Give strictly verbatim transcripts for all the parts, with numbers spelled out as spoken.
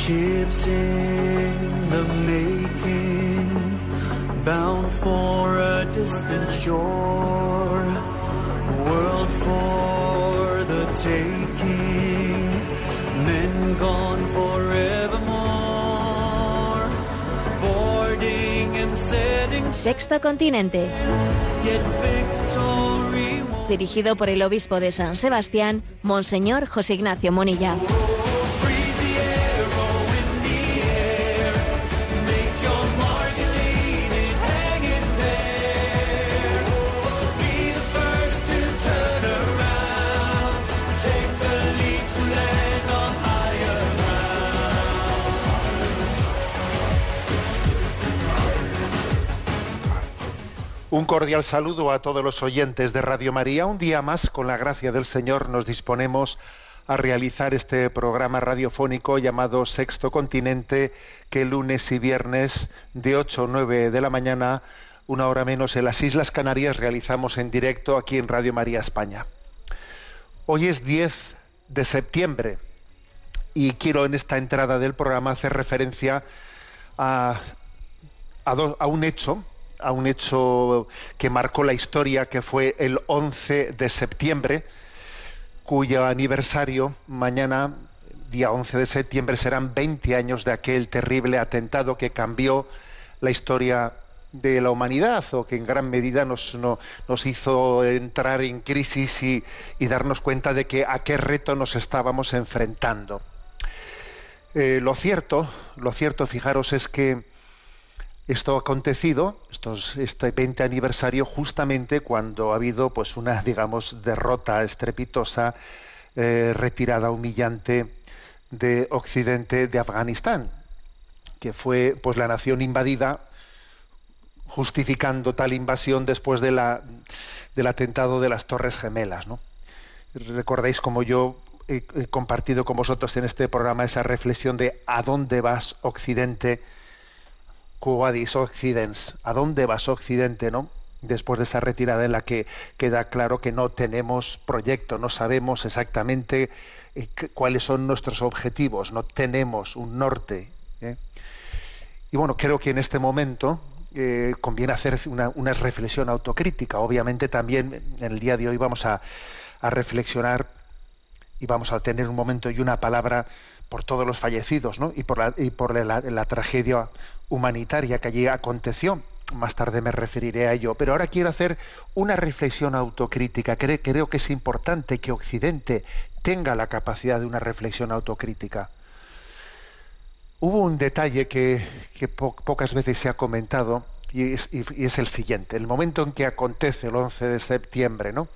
Ships in the making, bound for a distant shore, world for the taking, men gone forevermore, boarding and setting. Sexto Continente. Yet victory won't. Dirigido por el obispo de San Sebastián, Monseñor José Ignacio Monilla. Un cordial saludo a todos los oyentes de Radio María. Un día más, con la gracia del Señor, nos disponemos a realizar este programa radiofónico llamado Sexto Continente, que lunes y viernes de ocho a nueve de la mañana, una hora menos en las Islas Canarias, realizamos en directo aquí en Radio María España. Hoy es diez de septiembre y quiero en esta entrada del programa hacer referencia a, a, do, a un hecho a un hecho que marcó la historia, que fue el once de septiembre, cuyo aniversario mañana, día once de septiembre, serán veinte años de aquel terrible atentado que cambió la historia de la humanidad, o que en gran medida nos, no, nos hizo entrar en crisis y, y darnos cuenta de que a qué reto nos estábamos enfrentando. Eh, lo cierto, lo cierto, fijaros, es que esto ha acontecido, estos, este veinte aniversario, justamente cuando ha habido pues una, digamos, derrota estrepitosa, eh, retirada humillante de Occidente de Afganistán, que fue pues la nación invadida, justificando tal invasión después de la, del atentado de las Torres Gemelas, ¿no? Recordáis como yo he, he compartido con vosotros en este programa esa reflexión de ¿a dónde vas, Occidente? Quo vadis Occidens, ¿a dónde vas, Occidente? ¿No? Después de esa retirada en la que queda claro que no tenemos proyecto, no sabemos exactamente eh, cuáles son nuestros objetivos, no tenemos un norte. ¿eh? Y bueno, creo que en este momento eh, conviene hacer una, una reflexión autocrítica. Obviamente también en el día de hoy vamos a, a reflexionar y vamos a tener un momento y una palabra por todos los fallecidos, ¿no? y por la, y por la, la tragedia humanitaria que allí aconteció. Más tarde me referiré a ello, pero ahora quiero hacer una reflexión autocrítica. Creo, creo que es importante que Occidente tenga la capacidad de una reflexión autocrítica. Hubo un detalle que, que po pocas veces se ha comentado y es, y, y es el siguiente. El momento en que acontece el once de septiembre, ¿no?,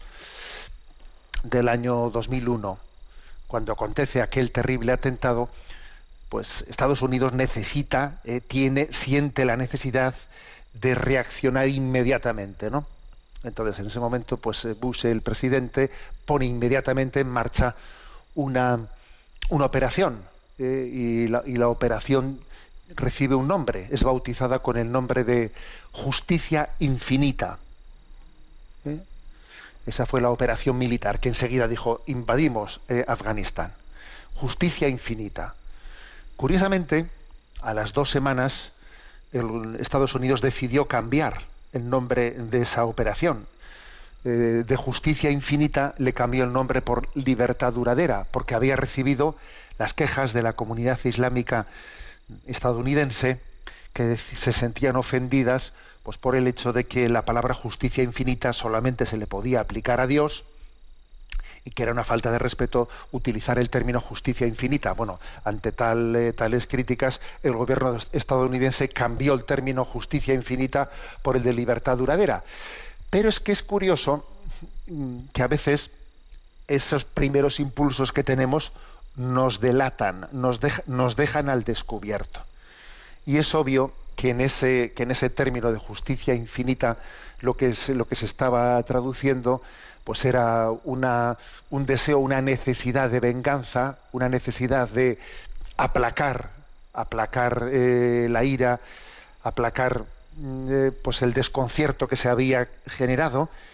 del año dos mil uno, cuando acontece aquel terrible atentado, pues Estados Unidos necesita, eh, tiene, siente la necesidad de reaccionar inmediatamente, ¿no? Entonces, en ese momento, pues Bush, el presidente, pone inmediatamente en marcha una, una operación, eh, y, la, y la operación recibe un nombre, es bautizada con el nombre de Justicia Infinita. ¿eh? Esa fue la operación militar que enseguida dijo: invadimos eh, Afganistán. Justicia Infinita. Curiosamente, a las dos semanas, el, Estados Unidos decidió cambiar el nombre de esa operación. Eh, de Justicia Infinita le cambió el nombre por Libertad Duradera, porque había recibido las quejas de la comunidad islámica estadounidense, que se sentían ofendidas pues por el hecho de que la palabra justicia infinita solamente se le podía aplicar a Dios y que era una falta de respeto utilizar el término justicia infinita. Bueno, ante tal, eh, tales críticas, el gobierno estadounidense cambió el término justicia infinita por el de libertad duradera. Pero es que es curioso que a veces esos primeros impulsos que tenemos nos delatan, nos, dej nos dejan al descubierto. Y es obvio que en ese, que en ese término de justicia infinita lo que, es, lo que se estaba traduciendo pues era una, un deseo, una necesidad de venganza, una necesidad de aplacar, aplacar eh, la ira, aplacar eh, pues el desconcierto que se había generado,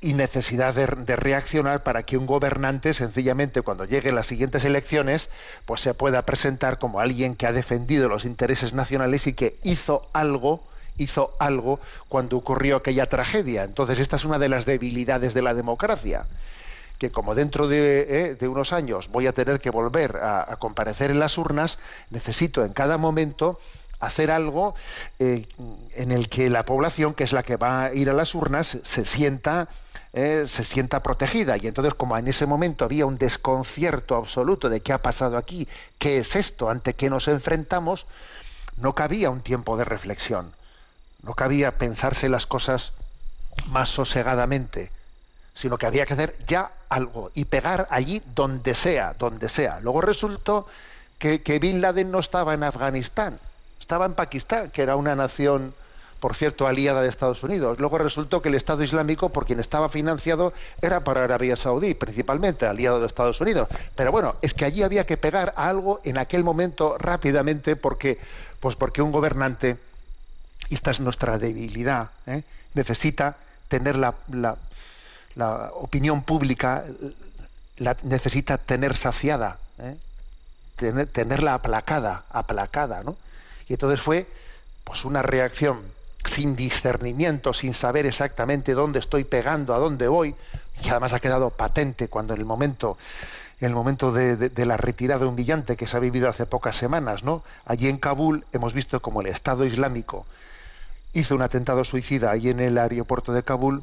y necesidad de, de reaccionar para que un gobernante, sencillamente, cuando lleguen las siguientes elecciones, pues se pueda presentar como alguien que ha defendido los intereses nacionales y que hizo algo, hizo algo cuando ocurrió aquella tragedia. Entonces, esta es una de las debilidades de la democracia, que como dentro de, eh, de unos años voy a tener que volver a, a comparecer en las urnas, necesito en cada momento hacer algo eh, en el que la población, que es la que va a ir a las urnas, se sienta eh, se sienta protegida. Y entonces, como en ese momento había un desconcierto absoluto de qué ha pasado aquí, qué es esto, ante qué nos enfrentamos, no cabía un tiempo de reflexión, no cabía pensarse las cosas más sosegadamente, sino que había que hacer ya algo y pegar allí donde sea, donde sea. Luego resultó que, que Bin Laden no estaba en Afganistán, estaba en Pakistán, que era una nación, por cierto, aliada de Estados Unidos. Luego resultó que el Estado Islámico, por quien estaba financiado, era para Arabia Saudí, principalmente, aliado de Estados Unidos. Pero bueno, es que allí había que pegar a algo en aquel momento rápidamente, porque, pues porque un gobernante, y esta es nuestra debilidad, ¿eh? necesita tener la, la, la opinión pública, la necesita tener saciada, ¿eh? tener, tenerla aplacada, aplacada, ¿no? Y entonces fue pues una reacción sin discernimiento, sin saber exactamente dónde estoy pegando, a dónde voy, y además ha quedado patente cuando en el momento, en el momento de, de, de la retirada humillante que se ha vivido hace pocas semanas, ¿no? Allí en Kabul hemos visto como el Estado Islámico hizo un atentado suicida allí en el aeropuerto de Kabul,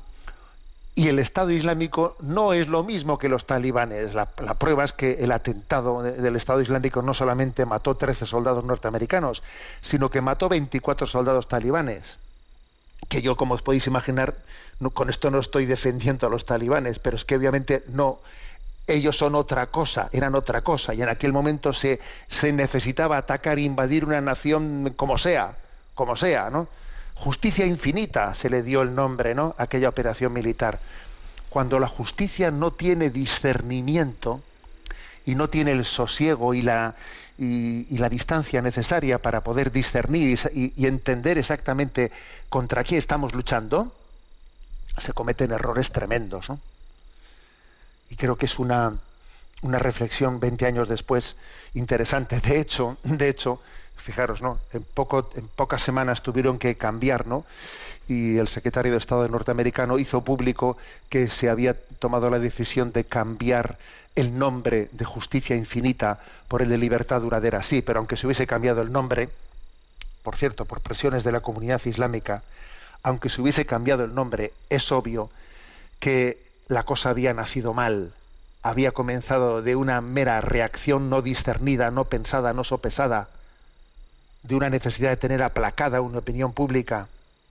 y el Estado Islámico no es lo mismo que los talibanes. La, la prueba es que el atentado de, del Estado Islámico no solamente mató trece soldados norteamericanos, sino que mató veinticuatro soldados talibanes. Que yo, como os podéis imaginar, no, con esto no estoy defendiendo a los talibanes, pero es que obviamente no, ellos son otra cosa, eran otra cosa, y en aquel momento se, se necesitaba atacar e invadir una nación como sea, como sea, ¿no? Justicia infinita se le dio el nombre, ¿no?, a aquella operación militar. Cuando la justicia no tiene discernimiento y no tiene el sosiego y la, y, y la distancia necesaria para poder discernir y, y entender exactamente contra quién estamos luchando, se cometen errores tremendos, ¿no? Y creo que es una, una reflexión veinte años después interesante. De hecho, de hecho, fijaros, ¿no? En, poco, en pocas semanas tuvieron que cambiar, ¿no? Y el secretario de Estado norteamericano hizo público que se había tomado la decisión de cambiar el nombre de Justicia Infinita por el de Libertad Duradera. Sí, pero aunque se hubiese cambiado el nombre, por cierto, por presiones de la comunidad islámica, aunque se hubiese cambiado el nombre, es obvio que la cosa había nacido mal, había comenzado de una mera reacción no discernida, no pensada, no sopesada, de una necesidad de tener aplacada una opinión pública.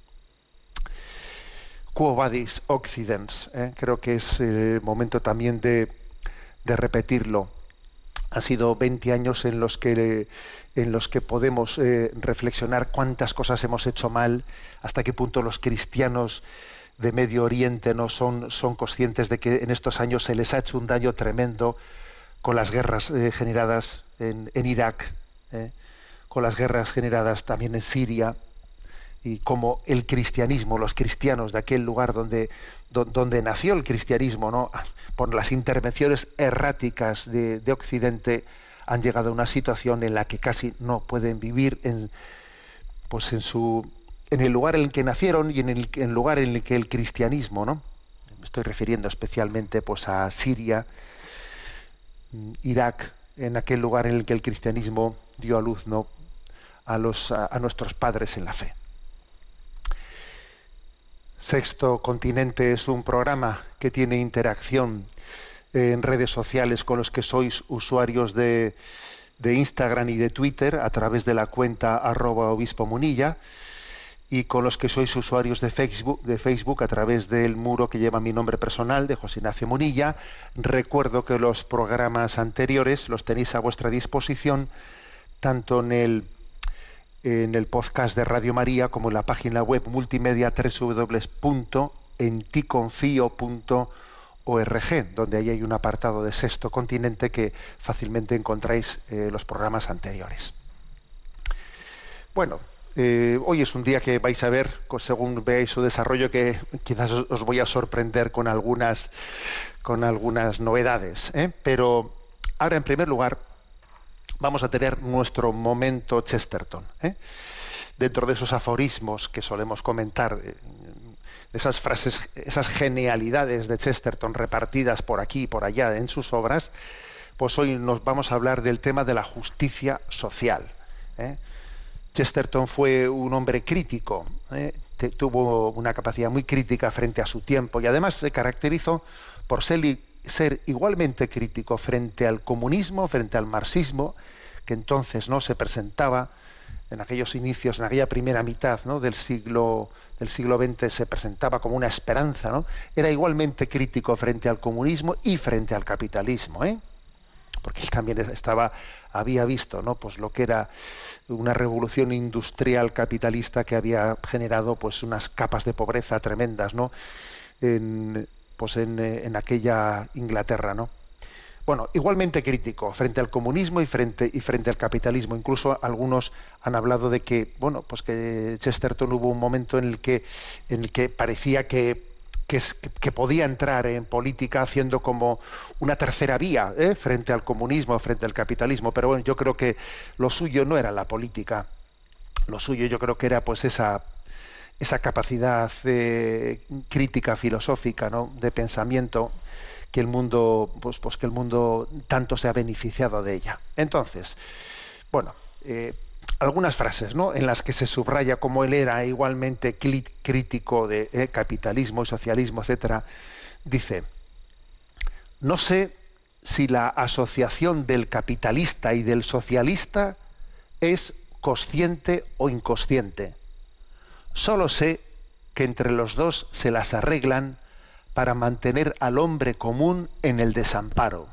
Quo vadis occidens, ¿eh? Creo que es el momento también de, de repetirlo. Han sido veinte años en los que, en los que podemos eh, reflexionar cuántas cosas hemos hecho mal, hasta qué punto los cristianos de Medio Oriente no son, son conscientes de que en estos años se les ha hecho un daño tremendo con las guerras eh, generadas en, en Irak, ¿eh? con las guerras generadas también en Siria, y como el cristianismo, los cristianos de aquel lugar donde, donde nació el cristianismo, ¿no?, por las intervenciones erráticas de, de Occidente, han llegado a una situación en la que casi no pueden vivir en, pues en, su, en el lugar en el que nacieron y en el, en el lugar en el que el cristianismo, ¿no? Me estoy refiriendo especialmente pues a Siria, Irak, en aquel lugar en el que el cristianismo dio a luz, ¿no?, a, los, a, a nuestros padres en la fe. Sexto Continente es un programa que tiene interacción en redes sociales con los que sois usuarios de, de Instagram y de Twitter a través de la cuenta arroba obispo munilla, y con los que sois usuarios de Facebook, de Facebook a través del muro que lleva mi nombre personal, de José Ignacio Munilla. Recuerdo que los programas anteriores los tenéis a vuestra disposición tanto en el en el podcast de Radio María como en la página web multimedia doble u doble u doble u punto en ti confío punto org, donde ahí hay un apartado de Sexto Continente que fácilmente encontráis eh, los programas anteriores. Bueno, Eh, hoy es un día que vais a ver, según veáis su desarrollo, que quizás os, os voy a sorprender con algunas, con algunas novedades, ¿eh? Pero ahora, en primer lugar, vamos a tener nuestro momento Chesterton, ¿eh? Dentro de esos aforismos que solemos comentar, eh, esas frases, esas genialidades de Chesterton repartidas por aquí y por allá en sus obras, pues hoy nos vamos a hablar del tema de la justicia social, ¿eh? Chesterton fue un hombre crítico, ¿eh? Te, tuvo una capacidad muy crítica frente a su tiempo y además se caracterizó por ser, ser igualmente crítico frente al comunismo, frente al marxismo, que entonces no se presentaba en aquellos inicios, en aquella primera mitad, ¿no?, del siglo del siglo veinte, se presentaba como una esperanza, ¿no? Era igualmente crítico frente al comunismo y frente al capitalismo, ¿eh? Porque él también estaba, había visto, ¿no?, pues lo que era una revolución industrial capitalista que había generado pues unas capas de pobreza tremendas, ¿no?, en, pues en, en aquella Inglaterra, ¿no? Bueno, igualmente crítico frente al comunismo y frente y frente al capitalismo. Incluso algunos han hablado de que, bueno, pues que Chesterton hubo un momento en el que en el que parecía que Que, es, que podía entrar en política haciendo como una tercera vía, ¿eh?, frente al comunismo, frente al capitalismo, pero bueno, yo creo que lo suyo no era la política, lo suyo yo creo que era pues esa, esa capacidad eh, crítica filosófica, ¿no?, de pensamiento, que el mundo, pues, pues que el mundo tanto se ha beneficiado de ella. Entonces, bueno, eh, algunas frases, ¿no?, en las que se subraya cómo él era igualmente crítico de eh, capitalismo y socialismo, etcétera. Dice: no sé si la asociación del capitalista y del socialista es consciente o inconsciente. Solo sé que entre los dos se las arreglan para mantener al hombre común en el desamparo.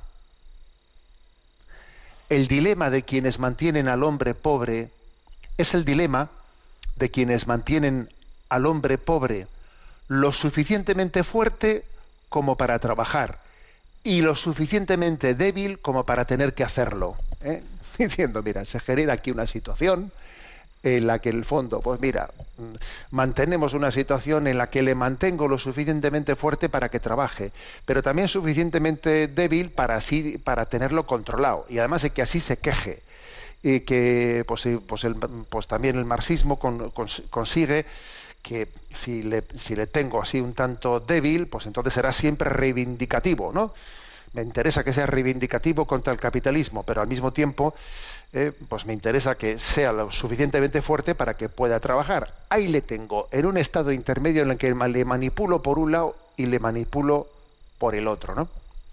El dilema de quienes mantienen al hombre pobre es el dilema de quienes mantienen al hombre pobre lo suficientemente fuerte como para trabajar y lo suficientemente débil como para tener que hacerlo, ¿eh? Diciendo, mira, se genera aquí una situación en la que en el fondo, pues mira, mantenemos una situación en la que le mantengo lo suficientemente fuerte para que trabaje, pero también suficientemente débil para así, para tenerlo controlado, y además de que así se queje, y que pues, pues, el, pues también el marxismo con, con, consigue que si le, si le tengo así un tanto débil, pues entonces será siempre reivindicativo, ¿no? Me interesa que sea reivindicativo contra el capitalismo, pero al mismo tiempo eh, pues me interesa que sea lo suficientemente fuerte para que pueda trabajar. Ahí le tengo, en un estado intermedio en el que le manipulo por un lado y le manipulo por el otro, ¿no?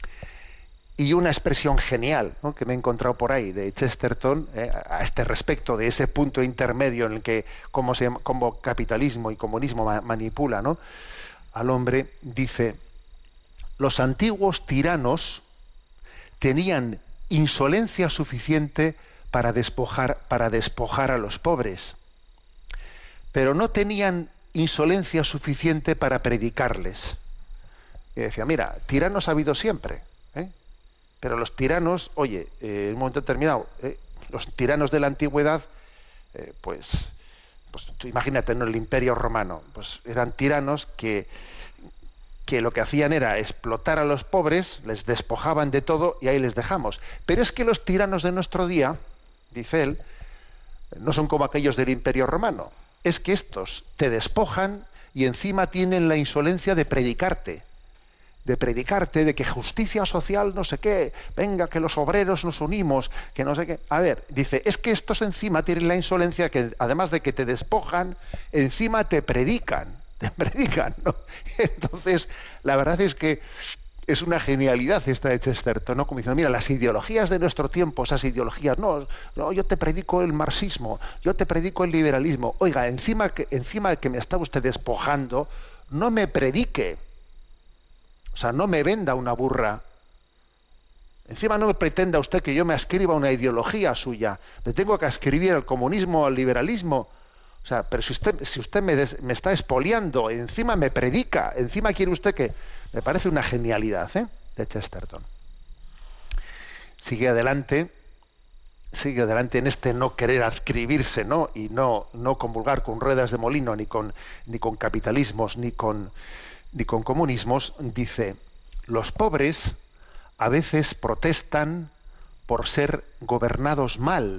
Y una expresión genial, ¿no?, que me he encontrado por ahí de Chesterton eh, a este respecto, de ese punto intermedio en el que como, se, como capitalismo y comunismo ma- manipula, ¿no?, al hombre, dice: los antiguos tiranos tenían insolencia suficiente para despojar, para despojar a los pobres, pero no tenían insolencia suficiente para predicarles. Y decía, mira, tiranos ha habido siempre, ¿eh? Pero los tiranos, oye, eh, en un momento determinado, eh, los tiranos de la antigüedad, eh, pues, pues tú imagínate, ¿no?, el Imperio Romano, pues eran tiranos que, que lo que hacían era explotar a los pobres, les despojaban de todo y ahí les dejamos. Pero es que los tiranos de nuestro día, dice él, no son como aquellos del Imperio Romano. Es que estos te despojan y encima tienen la insolencia de predicarte. de predicarte, de que justicia social no sé qué, venga, que los obreros nos unimos, que no sé qué. A ver, dice, es que estos encima tienen la insolencia que, además de que te despojan, encima te predican, te predican, ¿no? Entonces, la verdad es que es una genialidad esta de Chesterton, ¿no? Como diciendo, mira, las ideologías de nuestro tiempo, esas ideologías, no, no, yo te predico el marxismo, yo te predico el liberalismo. Oiga, encima que, encima de que me está usted despojando, no me predique. O sea, no me venda una burra. Encima no me pretenda usted que yo me ascriba una ideología suya. Me tengo que ascribir al comunismo, al liberalismo. O sea, pero si usted, si usted me, des, me está expoliando, encima me predica, encima quiere usted que... Me parece una genialidad, ¿eh?, de Chesterton. Sigue adelante sigue adelante en este no querer adscribirse, ¿no? Y no, no comulgar con ruedas de molino, ni con, ni con capitalismos, ni con, ni con comunismos, dice, los pobres a veces protestan por ser gobernados mal.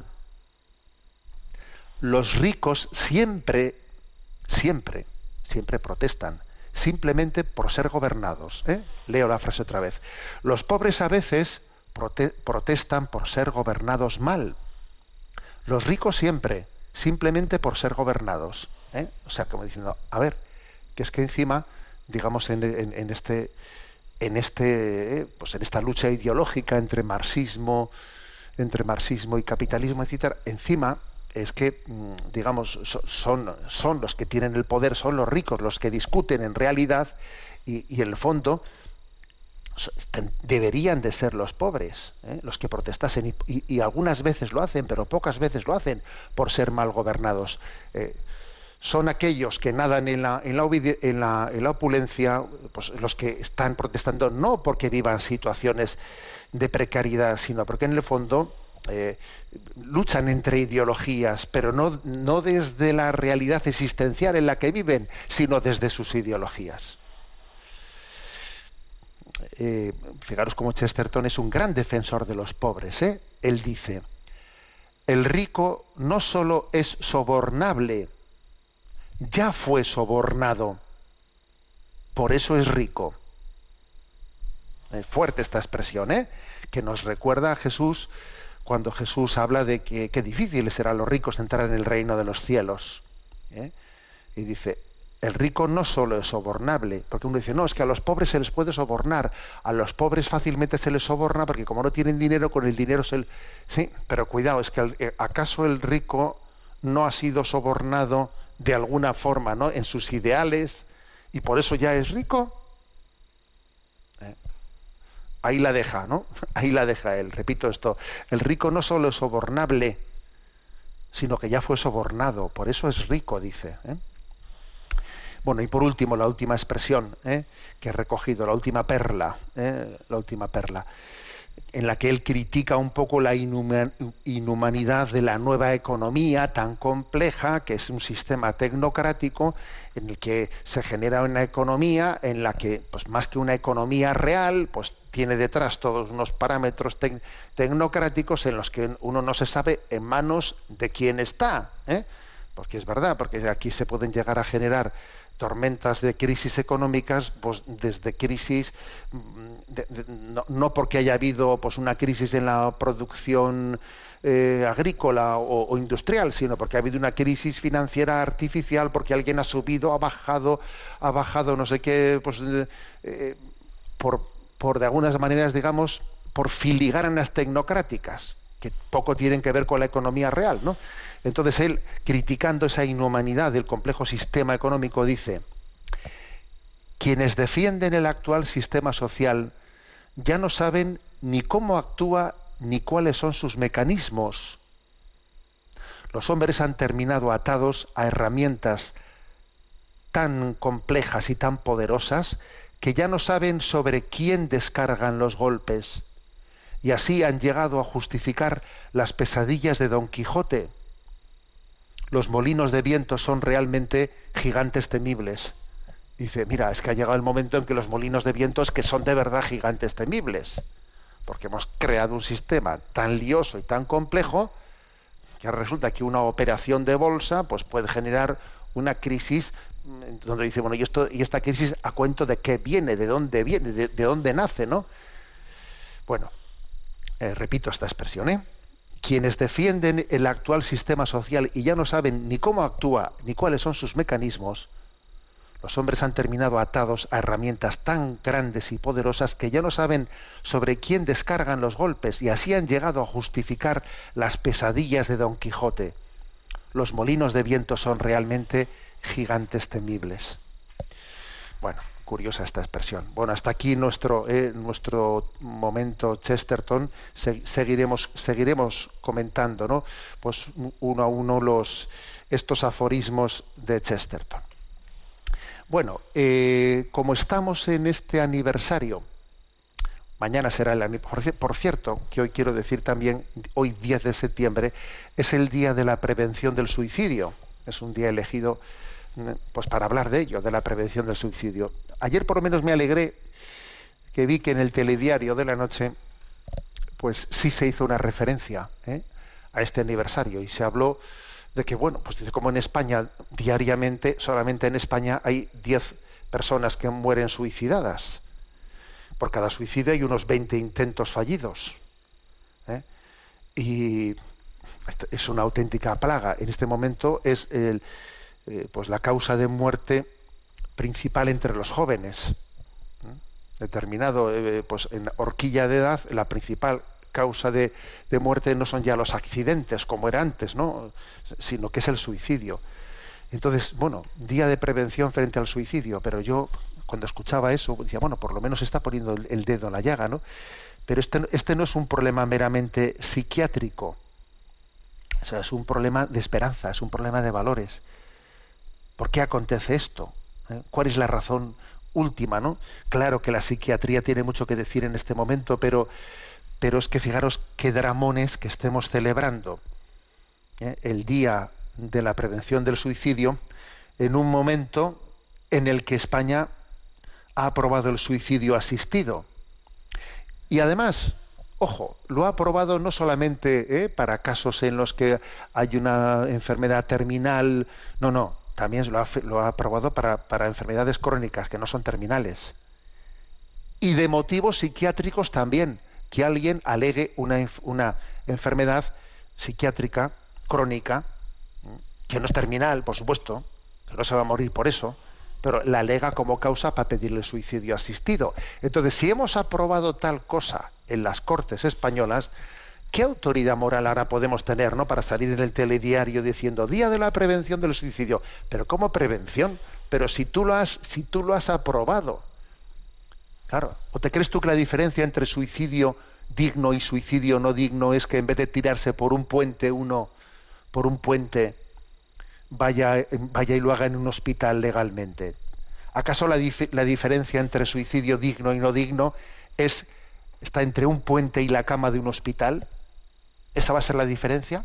Los ricos siempre, siempre, siempre protestan, simplemente por ser gobernados. ¿eh? Leo la frase otra vez. Los pobres a veces prote- protestan por ser gobernados mal. Los ricos siempre, simplemente por ser gobernados. ¿eh? O sea, como diciendo, a ver, que es que encima, digamos, en, en, en este, en este, eh, pues en esta lucha ideológica entre marxismo, entre marxismo y capitalismo, etcétera, encima es que, digamos, son, son los que tienen el poder, son los ricos los que discuten en realidad y, y en el fondo deberían de ser los pobres, ¿eh? los que protestasen y, y, y algunas veces lo hacen, pero pocas veces lo hacen por ser mal gobernados. Eh, son aquellos que nadan en la, en la, en la, en la opulencia, pues los que están protestando no porque vivan situaciones de precariedad, sino porque en el fondo Eh, luchan entre ideologías, pero no, no desde la realidad existencial en la que viven, sino desde sus ideologías. Eh, fijaros cómo Chesterton es un gran defensor de los pobres. ¿eh? Él dice, el rico no solo es sobornable, ya fue sobornado, por eso es rico. Eh, fuerte esta expresión, ¿eh? que nos recuerda a Jesús cuando Jesús habla de que qué difícil será a los ricos entrar en el reino de los cielos. ¿eh? Y dice, el rico no solo es sobornable, porque uno dice, no, es que a los pobres se les puede sobornar, a los pobres fácilmente se les soborna porque como no tienen dinero, con el dinero se les... Sí, pero cuidado, es que ¿acaso el rico no ha sido sobornado de alguna forma, ¿no? en sus ideales, y por eso ya es rico? ¿Eh? Ahí la deja, ¿no? Ahí la deja él. Repito esto, el rico no solo es sobornable, sino que ya fue sobornado, por eso es rico, dice. ¿eh? Bueno, y por último, la última expresión ¿eh? que he recogido, la última perla, ¿eh? la última perla, en la que él critica un poco la inhuman- inhumanidad de la nueva economía tan compleja, que es un sistema tecnocrático en el que se genera una economía en la que, pues más que una economía real, pues tiene detrás todos unos parámetros tec- tecnocráticos en los que uno no se sabe en manos de quién está, ¿eh? porque es verdad, porque aquí se pueden llegar a generar tormentas de crisis económicas, pues desde crisis, de, de, no, no porque haya habido pues una crisis en la producción eh, agrícola o, o industrial, sino porque ha habido una crisis financiera artificial, porque alguien ha subido, ha bajado, ha bajado no sé qué, pues eh, por, por de algunas maneras, digamos, por filigranas tecnocráticas, que poco tienen que ver con la economía real, ¿no? Entonces él, criticando esa inhumanidad del complejo sistema económico, dice, quienes defienden el actual sistema social ya no saben ni cómo actúa ni cuáles son sus mecanismos. Los hombres han terminado atados a herramientas tan complejas y tan poderosas que ya no saben sobre quién descargan los golpes. Y así han llegado a justificar las pesadillas de Don Quijote. Los molinos de viento son realmente gigantes temibles. Dice, mira, es que ha llegado el momento en que los molinos de viento es que son de verdad gigantes temibles, porque hemos creado un sistema tan lioso y tan complejo que resulta que una operación de bolsa pues puede generar una crisis donde dice, bueno, y esto y esta crisis a cuento de qué viene, de dónde viene, de, de dónde nace, ¿no? Bueno, eh, repito esta expresión, ¿eh? Quienes defienden el actual sistema social y ya no saben ni cómo actúa ni cuáles son sus mecanismos, los hombres han terminado atados a herramientas tan grandes y poderosas que ya no saben sobre quién descargan los golpes y así han llegado a justificar las pesadillas de Don Quijote. Los molinos de viento son realmente gigantes temibles. Bueno, curiosa esta expresión. Bueno, hasta aquí nuestro eh, nuestro momento Chesterton. Se, seguiremos seguiremos comentando, ¿no? Pues uno a uno los estos aforismos de Chesterton. Bueno, eh, como estamos en este aniversario, Mañana será el aniversario. Por cierto, que hoy quiero decir también, hoy diez de septiembre, es el día de la prevención del suicidio. Es un día elegido pues para hablar de ello, de la prevención del suicidio. Ayer por lo menos me alegré que vi que en el telediario de la noche pues sí se hizo una referencia ¿eh? a este aniversario y se habló de que, bueno, pues como en España diariamente, solamente en España hay diez personas que mueren suicidadas. Por cada suicidio hay unos veinte intentos fallidos. ¿eh? Y es una auténtica plaga. En este momento es el, eh, pues la causa de muerte principal entre los jóvenes. ¿eh? Determinado, eh, pues en horquilla de edad, la principal causa de, de muerte no son ya los accidentes como era antes, ¿no? Sino que es el suicidio. Entonces, bueno, día de prevención frente al suicidio, pero yo cuando escuchaba eso decía, bueno, por lo menos está poniendo el, el dedo en la llaga, ¿no? Pero este, este no es un problema meramente psiquiátrico, o sea, es un problema de esperanza, es un problema de valores. ¿Por qué acontece esto? ¿Eh? ¿Cuál es la razón última, no? Claro que la psiquiatría tiene mucho que decir en este momento, pero, pero es que fijaros qué dramones que estemos celebrando ¿eh? el día de la prevención del suicidio en un momento en el que España ha aprobado el suicidio asistido. Y además, ojo, lo ha aprobado no solamente ¿eh? para casos en los que hay una enfermedad terminal, no, no, también lo ha, lo ha aprobado para, para enfermedades crónicas que no son terminales. Y de motivos psiquiátricos también, que alguien alegue una, una enfermedad psiquiátrica crónica, que no es terminal, por supuesto, que no se va a morir por eso, pero la alega como causa para pedirle suicidio asistido. Entonces, si hemos aprobado tal cosa en las Cortes españolas, ¿qué autoridad moral ahora podemos tener, ¿no? para salir en el telediario diciendo Día de la Prevención del Suicidio? Pero ¿cómo prevención? Pero si tú lo has, si tú lo has aprobado. Claro. ¿O te crees tú que la diferencia entre suicidio digno y suicidio no digno es que en vez de tirarse por un puente uno, por un puente, vaya, vaya y lo haga en un hospital legalmente? ¿Acaso la, dif- la diferencia entre suicidio digno y no digno es está entre un puente y la cama de un hospital? ¿Esa va a ser la diferencia?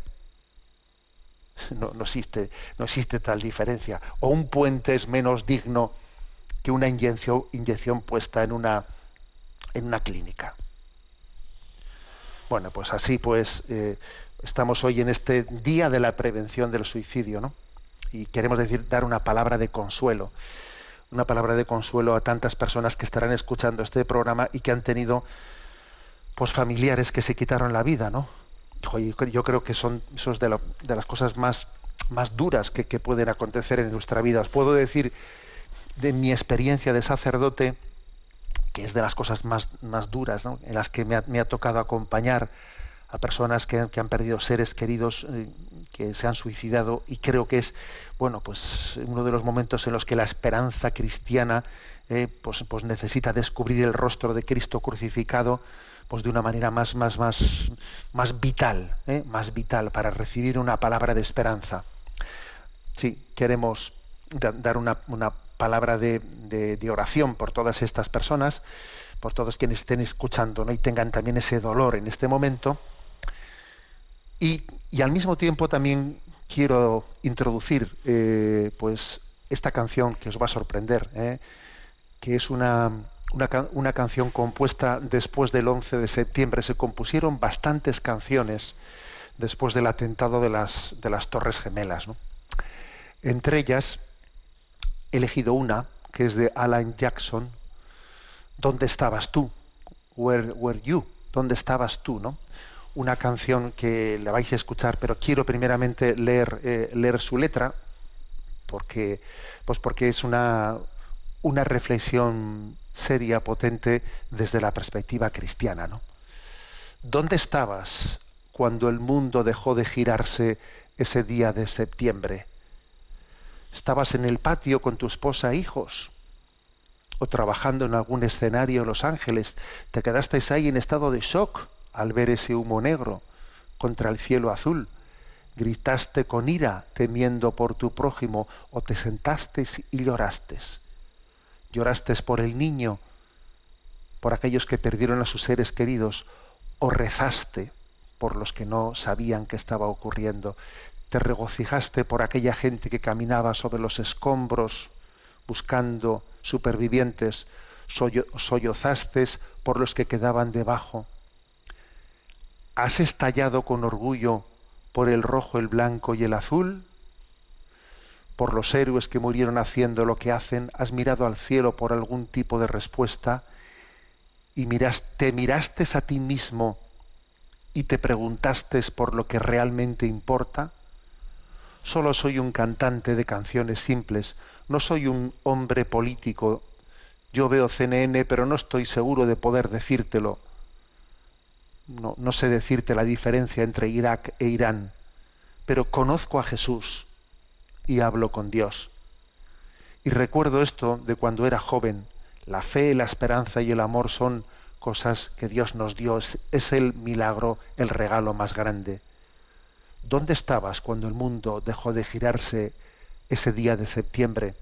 No, no existe, no existe tal diferencia. O un puente es menos digno que una inyección, inyección puesta en una, en una clínica. Bueno, pues así pues eh, estamos hoy en este día de la prevención del suicidio, ¿no? Y queremos decir, dar una palabra de consuelo, una palabra de consuelo a tantas personas que estarán escuchando este programa y que han tenido pues familiares que se quitaron la vida, ¿no? Yo creo que son esos de, la, de las cosas más, más duras que, que pueden acontecer en nuestra vida. Os puedo decir de mi experiencia de sacerdote, que es de las cosas más, más duras, ¿no? En las que me ha, me ha tocado acompañar a personas que, que han perdido seres queridos, eh, que se han suicidado, y creo que es, bueno, pues uno de los momentos en los que la esperanza cristiana eh, pues, pues necesita descubrir el rostro de Cristo crucificado, pues de una manera más, más, más, más vital, ¿eh? más vital, para recibir una palabra de esperanza. Sí, queremos da, dar una, una palabra de, de, de oración por todas estas personas, por todos quienes estén escuchando, ¿no? Y tengan también ese dolor en este momento. Y, y al mismo tiempo también quiero introducir eh, pues esta canción que os va a sorprender, ¿eh? que es una, una, una canción compuesta después del once de septiembre. Se compusieron bastantes canciones después del atentado de las, de las Torres Gemelas, ¿no? Entre ellas he elegido una que es de Alan Jackson, ¿Dónde estabas tú? Where were you? ¿Dónde estabas tú? ¿No? Una canción que la vais a escuchar, pero quiero primeramente leer, eh, leer su letra, porque, pues porque es una, una reflexión seria, potente, desde la perspectiva cristiana, ¿no? ¿Dónde estabas cuando el mundo dejó de girarse ese día de septiembre? ¿Estabas en el patio con tu esposa e hijos? ¿O trabajando en algún escenario en Los Ángeles? ¿Te quedaste ahí en estado de shock al ver ese humo negro contra el cielo azul? ¿Gritaste con ira temiendo por tu prójimo o te sentaste y lloraste? ¿Lloraste por el niño por aquellos que perdieron a sus seres queridos, o rezaste por los que no sabían qué estaba ocurriendo, te regocijaste por aquella gente que caminaba sobre los escombros buscando supervivientes, sollo- sollozaste por los que quedaban debajo. ¿Has estallado con orgullo por el rojo, el blanco y el azul? Por los héroes que murieron haciendo lo que hacen, ¿has mirado al cielo por algún tipo de respuesta? Y miras, te miraste a ti mismo y te preguntaste por lo que realmente importa. Solo soy un cantante de canciones simples, no soy un hombre político. Yo veo C N N, pero no estoy seguro de poder decírtelo. No, no sé decirte la diferencia entre Irak e Irán, pero conozco a Jesús y hablo con Dios. Y recuerdo esto de cuando era joven. La fe, la esperanza y el amor son cosas que Dios nos dio. Es, es el milagro, el regalo más grande. ¿Dónde estabas cuando el mundo dejó de girarse ese día de septiembre?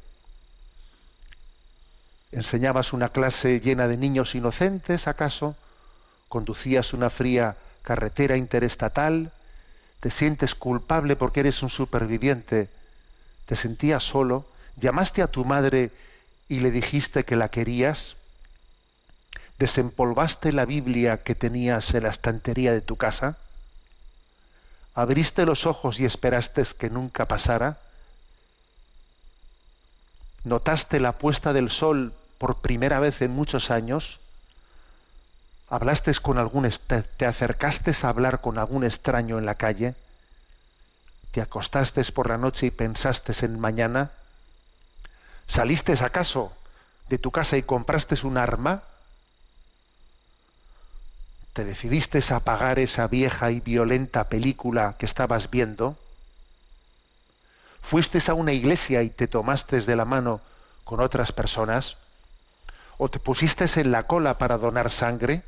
¿Enseñabas una clase llena de niños inocentes, acaso? ¿Conducías una fría carretera interestatal? ¿Te sientes culpable porque eres un superviviente? ¿Te sentías solo? ¿Llamaste a tu madre y le dijiste que la querías? ¿Desempolvaste la Biblia que tenías en la estantería de tu casa? ¿Abriste los ojos y esperaste que nunca pasara? ¿Notaste la puesta del sol por primera vez en muchos años? ¿Hablaste con algún te, te acercaste a hablar con algún extraño en la calle? ¿Te acostaste por la noche y pensaste en mañana? ¿Saliste acaso de tu casa y compraste un arma? ¿Te decidiste a apagar esa vieja y violenta película que estabas viendo? ¿Fuiste a una iglesia y te tomaste de la mano con otras personas? ¿O te pusiste en la cola para donar sangre?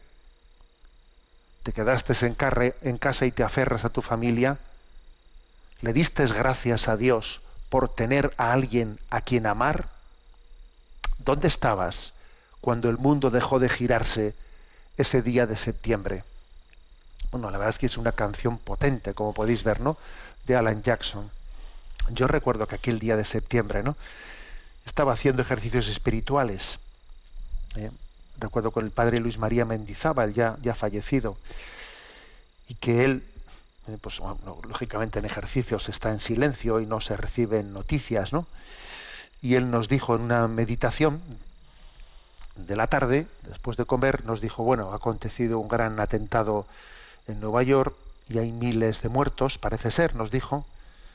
¿Te quedaste en, carre, en casa y te aferras a tu familia? ¿Le diste gracias a Dios por tener a alguien a quien amar? ¿Dónde estabas cuando el mundo dejó de girarse ese día de septiembre? Bueno, la verdad es que es una canción potente, como podéis ver, ¿no?, de Alan Jackson. Yo recuerdo que aquel día de septiembre, ¿no?, estaba haciendo ejercicios espirituales. ¿eh? Recuerdo con el padre Luis María Mendizábal, ya, ya fallecido, y que él, eh, pues bueno, lógicamente en ejercicios está en silencio y no se reciben noticias, ¿no? Y él nos dijo en una meditación de la tarde, después de comer, nos dijo, bueno, ha acontecido un gran atentado en Nueva York y hay miles de muertos, parece ser, nos dijo,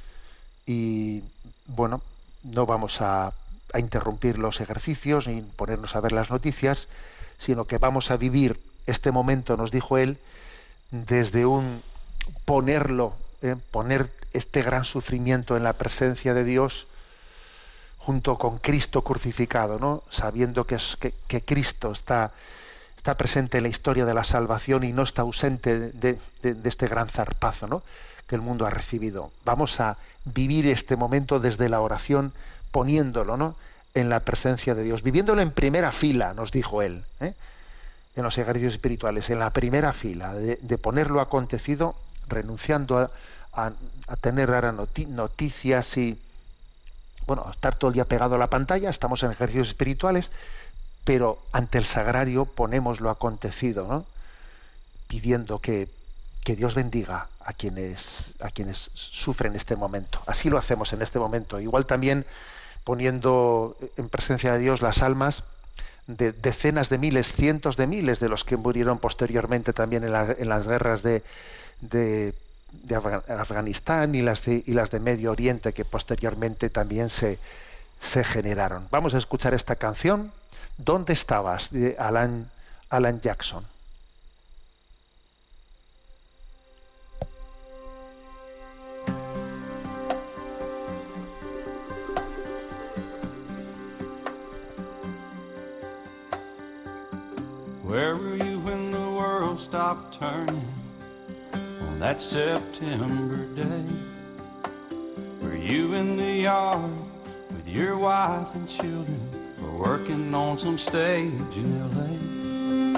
y bueno, no vamos a, a interrumpir los ejercicios ni ponernos a ver las noticias, sino que vamos a vivir este momento, nos dijo él, desde un ponerlo, eh, poner este gran sufrimiento en la presencia de Dios junto con Cristo crucificado, ¿no? Sabiendo que, es, que, que Cristo está, está presente en la historia de la salvación y no está ausente de, de, de este gran zarpazo, ¿no?, que el mundo ha recibido. Vamos a vivir este momento desde la oración, poniéndolo, ¿no?, en la presencia de Dios, viviéndolo en primera fila, nos dijo él, ¿eh? en los ejercicios espirituales, en la primera fila, de, de poner lo acontecido, renunciando a, a, a tener ahora noti- noticias y, bueno, estar todo el día pegado a la pantalla. Estamos en ejercicios espirituales, pero ante el sagrario ponemos lo acontecido, ¿no?, pidiendo que, que Dios bendiga a quienes, a quienes sufren este momento. Así lo hacemos en este momento. Igual también poniendo en presencia de Dios las almas de decenas de miles, cientos de miles de los que murieron posteriormente también en, la, en las guerras de, de, de Afganistán y las de, y las de Medio Oriente, que posteriormente también se, se generaron. Vamos a escuchar esta canción, ¿Dónde estabas?, de Alan, Alan Jackson. Where were you when the world stopped turning on that September day? Were you in the yard with your wife and children, or working on some stage in L A?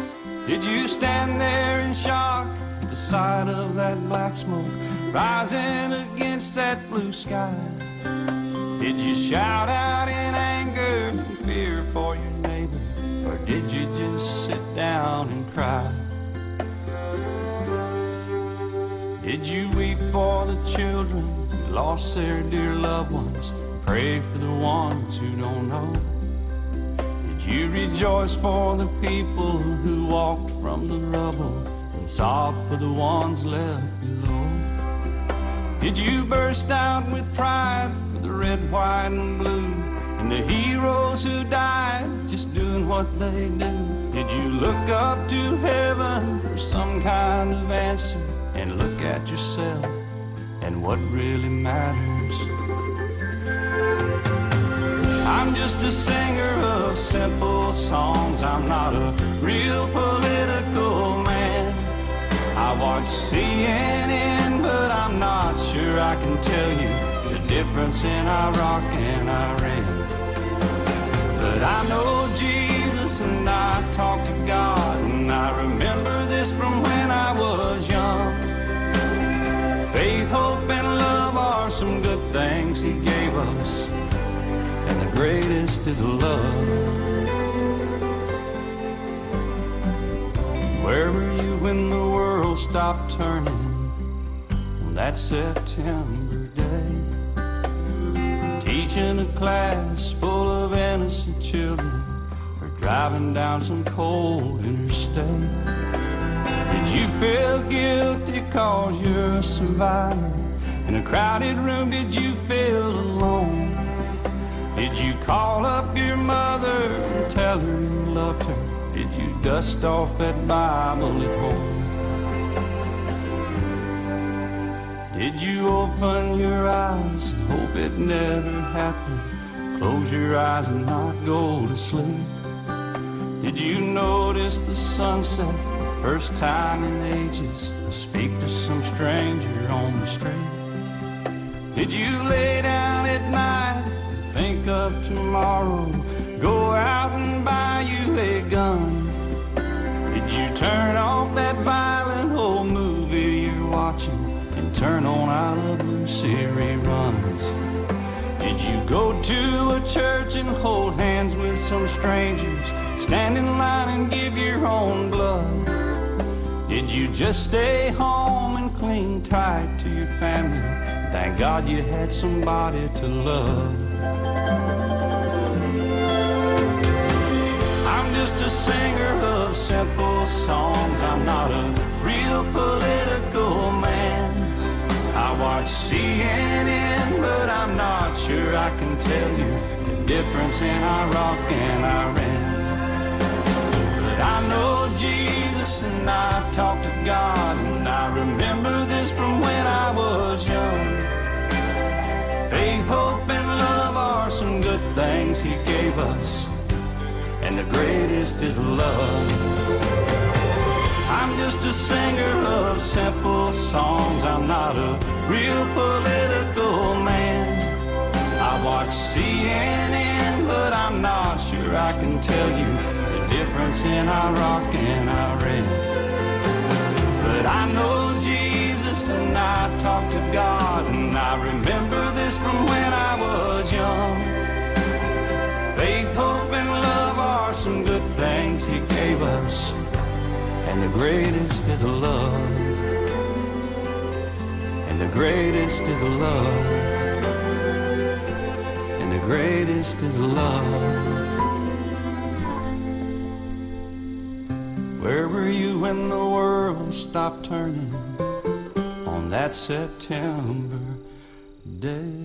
Did you stand there in shock at the sight of that black smoke rising against that blue sky? Did you shout out in anger and fear for your neighbor, or did you just sit down and cry? Did you weep for the children who lost their dear loved ones, pray for the ones who don't know? Did you rejoice for the people who walked from the rubble and sob for the ones left below? Did you burst out with pride for the red, white, and blue, and the heroes who died just doing what they do? Did you look up to heaven for some kind of answer and look at yourself and what really matters? I'm just a singer of simple songs. I'm not a real political man. I watch C N N, but I'm not sure I can tell you the difference in Iraq and Iran. But I know Jesus and I talk to God, and I remember this from when I was young. Faith, hope, and love are some good things He gave us, and the greatest is love. Where were you when the world stopped turning on that September day? Teaching a class full of innocent children, or driving down some cold interstate? Did you feel guilty cause you're a survivor? In a crowded room, did you feel alone? Did you call up your mother and tell her you loved her? Did you dust off that Bible at home? Did you open your eyes and hope it never happened? Close your eyes and not go to sleep? Did you notice the sunset the first time in ages, or speak to some stranger on the street? Did you lay down at night and think of tomorrow? Go out and buy you a gun? Did you turn off that violent old movie you're watching and turn on I Love Lucy reruns? Did you go to a church and hold hands with some strangers, stand in line and give your own blood? Did you just stay home and cling tight to your family? Thank God you had somebody to love. I'm just a singer of simple songs. I'm not a real political man. I watch C N N, but I'm not sure I can tell you the difference in Iraq and Iran. But I know Jesus and I talk to God, and I remember this from when I was young. Faith, hope, and love are some good things He gave us, and the greatest is love. I'm just a singer of simple songs. I'm not a real political man. I watch C N N, but I'm not sure I can tell you the difference in Iraq and Iran. But I know Jesus and I talk to God, and I remember this from when I was young. Faith, hope, and love are some good things He gave us, and the greatest is love. And the greatest is love. And the greatest is love. Where were you when the world stopped turning on that September day?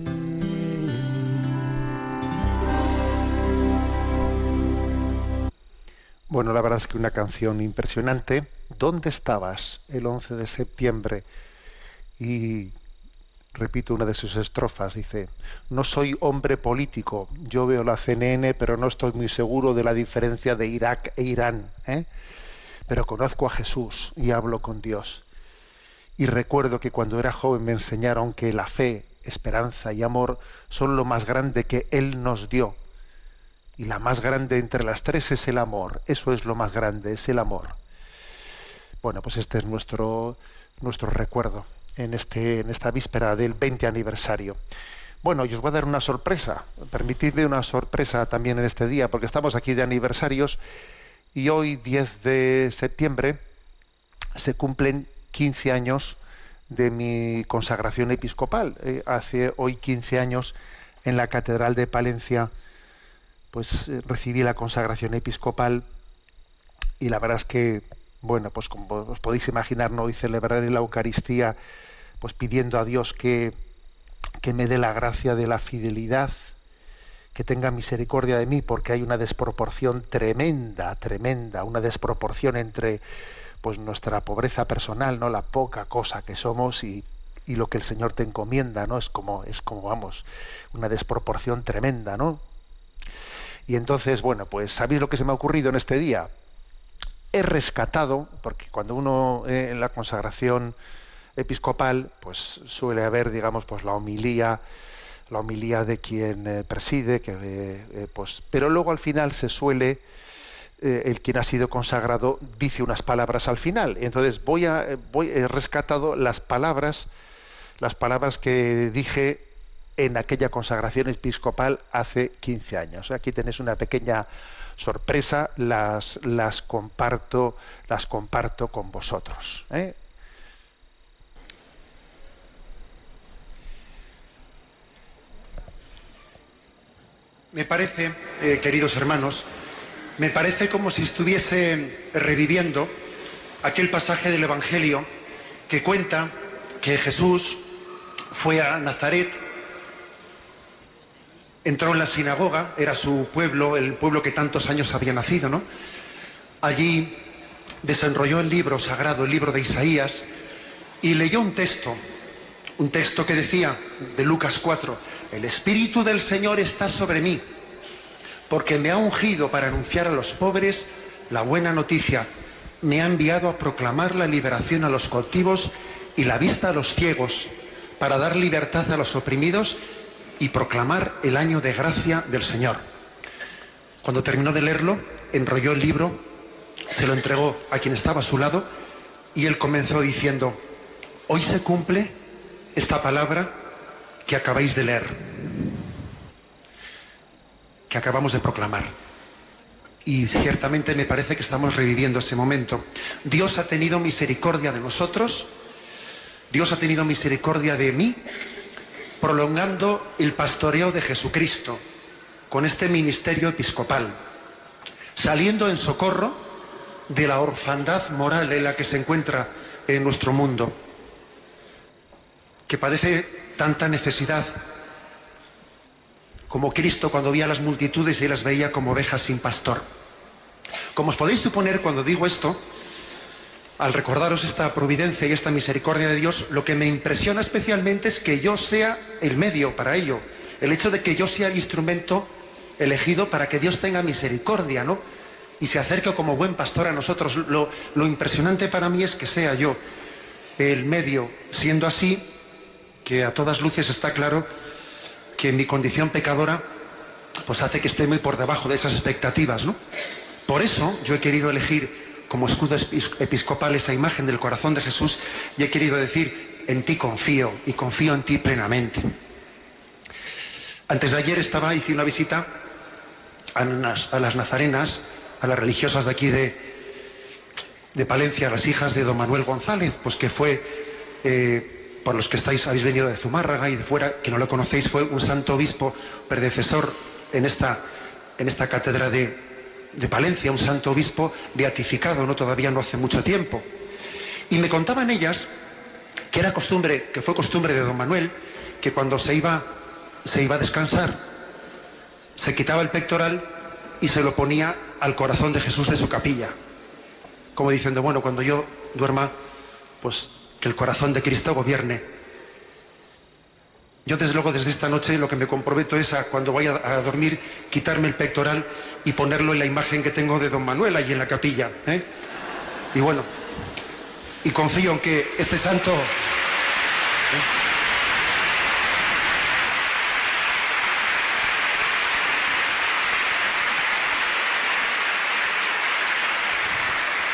Bueno, la verdad es que una canción impresionante. ¿Dónde estabas el once de septiembre? Y repito una de sus estrofas, dice: no soy hombre político, yo veo la C N N, pero no estoy muy seguro de la diferencia de Irak e Irán, ¿eh? Pero conozco a Jesús y hablo con Dios. Y recuerdo que cuando era joven me enseñaron que la fe, esperanza y amor son lo más grande que Él nos dio. Y la más grande entre las tres es el amor. Eso es lo más grande, es el amor. Bueno, pues este es nuestro, nuestro recuerdo en, este, en esta víspera del veinte aniversario. Bueno, y os voy a dar una sorpresa. Permitidme una sorpresa también en este día, porque estamos aquí de aniversarios y hoy, diez de septiembre, se cumplen quince años de mi consagración episcopal. Eh, hace hoy quince años, en la Catedral de Palencia, pues eh, recibí la consagración episcopal, y la verdad es que, bueno, pues como os podéis imaginar, ¿no? Y celebrar en la Eucaristía, pues pidiendo a Dios que, que me dé la gracia de la fidelidad, que tenga misericordia de mí, porque hay una desproporción tremenda, tremenda, una desproporción entre pues nuestra pobreza personal, ¿no? La poca cosa que somos y, y lo que el Señor te encomienda, ¿no? Es como, es como, vamos, una desproporción tremenda, ¿no? Y entonces, bueno, pues ¿sabéis lo que se me ha ocurrido en este día? He rescatado, porque cuando uno eh, en la consagración episcopal, pues suele haber, digamos, pues la homilía, la homilía de quien eh, preside, que, eh, eh, pues, pero luego al final se suele, eh, el quien ha sido consagrado dice unas palabras al final. Entonces voy a, eh, voy, he rescatado las palabras, las palabras que dije en aquella consagración episcopal hace quince años. Aquí tenéis una pequeña sorpresa, las, las comparto, las comparto con vosotros, ¿eh? Me parece, eh, queridos hermanos, me parece como si estuviese reviviendo aquel pasaje del Evangelio que cuenta que Jesús fue a Nazaret, entró en la sinagoga, era su pueblo, el pueblo que tantos años había nacido, ¿no? Allí desenrolló el libro sagrado, el libro de Isaías, y leyó un texto, un texto que decía, de Lucas cuatro, el Espíritu del Señor está sobre mí, porque me ha ungido para anunciar a los pobres la buena noticia, me ha enviado a proclamar la liberación a los cautivos y la vista a los ciegos, para dar libertad a los oprimidos y proclamar el año de gracia del Señor. Cuando terminó de leerlo, enrolló el libro, se lo entregó a quien estaba a su lado y él comenzó diciendo, hoy se cumple esta palabra que acabáis de leer, que acabamos de proclamar. Y ciertamente me parece que estamos reviviendo ese momento. Dios ha tenido misericordia de nosotros, Dios ha tenido misericordia de mí, prolongando el pastoreo de Jesucristo con este ministerio episcopal, saliendo en socorro de la orfandad moral en la que se encuentra en nuestro mundo, que padece tanta necesidad como Cristo cuando veía a las multitudes y las veía como ovejas sin pastor. Como os podéis suponer, cuando digo esto, al recordaros esta providencia y esta misericordia de Dios, lo que me impresiona especialmente es que yo sea el medio para ello, el hecho de que yo sea el instrumento elegido para que Dios tenga misericordia, ¿no? Y se acerque como buen pastor a nosotros. Lo, lo impresionante para mí es que sea yo el medio, siendo así que a todas luces está claro que mi condición pecadora pues hace que esté muy por debajo de esas expectativas, ¿no? Por eso yo he querido elegir como escudo episcopal esa imagen del corazón de Jesús y he querido decir, en ti confío y confío en ti plenamente. Antes de ayer estaba, hice una visita a las, a las nazarenas, a las religiosas de aquí de, de Palencia, las hijas de don Manuel González, pues que fue, eh, por los que estáis, habéis venido de Zumárraga y de fuera, que no lo conocéis, fue un santo obispo predecesor en esta, en esta cátedra de de Palencia, un santo obispo beatificado, no todavía no hace mucho tiempo. Y me contaban ellas que era costumbre, que fue costumbre de don Manuel, que cuando se iba, se iba a descansar, se quitaba el pectoral y se lo ponía al corazón de Jesús de su capilla, como diciendo, bueno, cuando yo duerma, pues que el corazón de Cristo gobierne. Yo desde luego desde esta noche lo que me comprometo es a cuando vaya a dormir quitarme el pectoral y ponerlo en la imagen que tengo de don Manuel allí en la capilla, ¿eh? Y bueno, y confío en que este santo... ¿eh?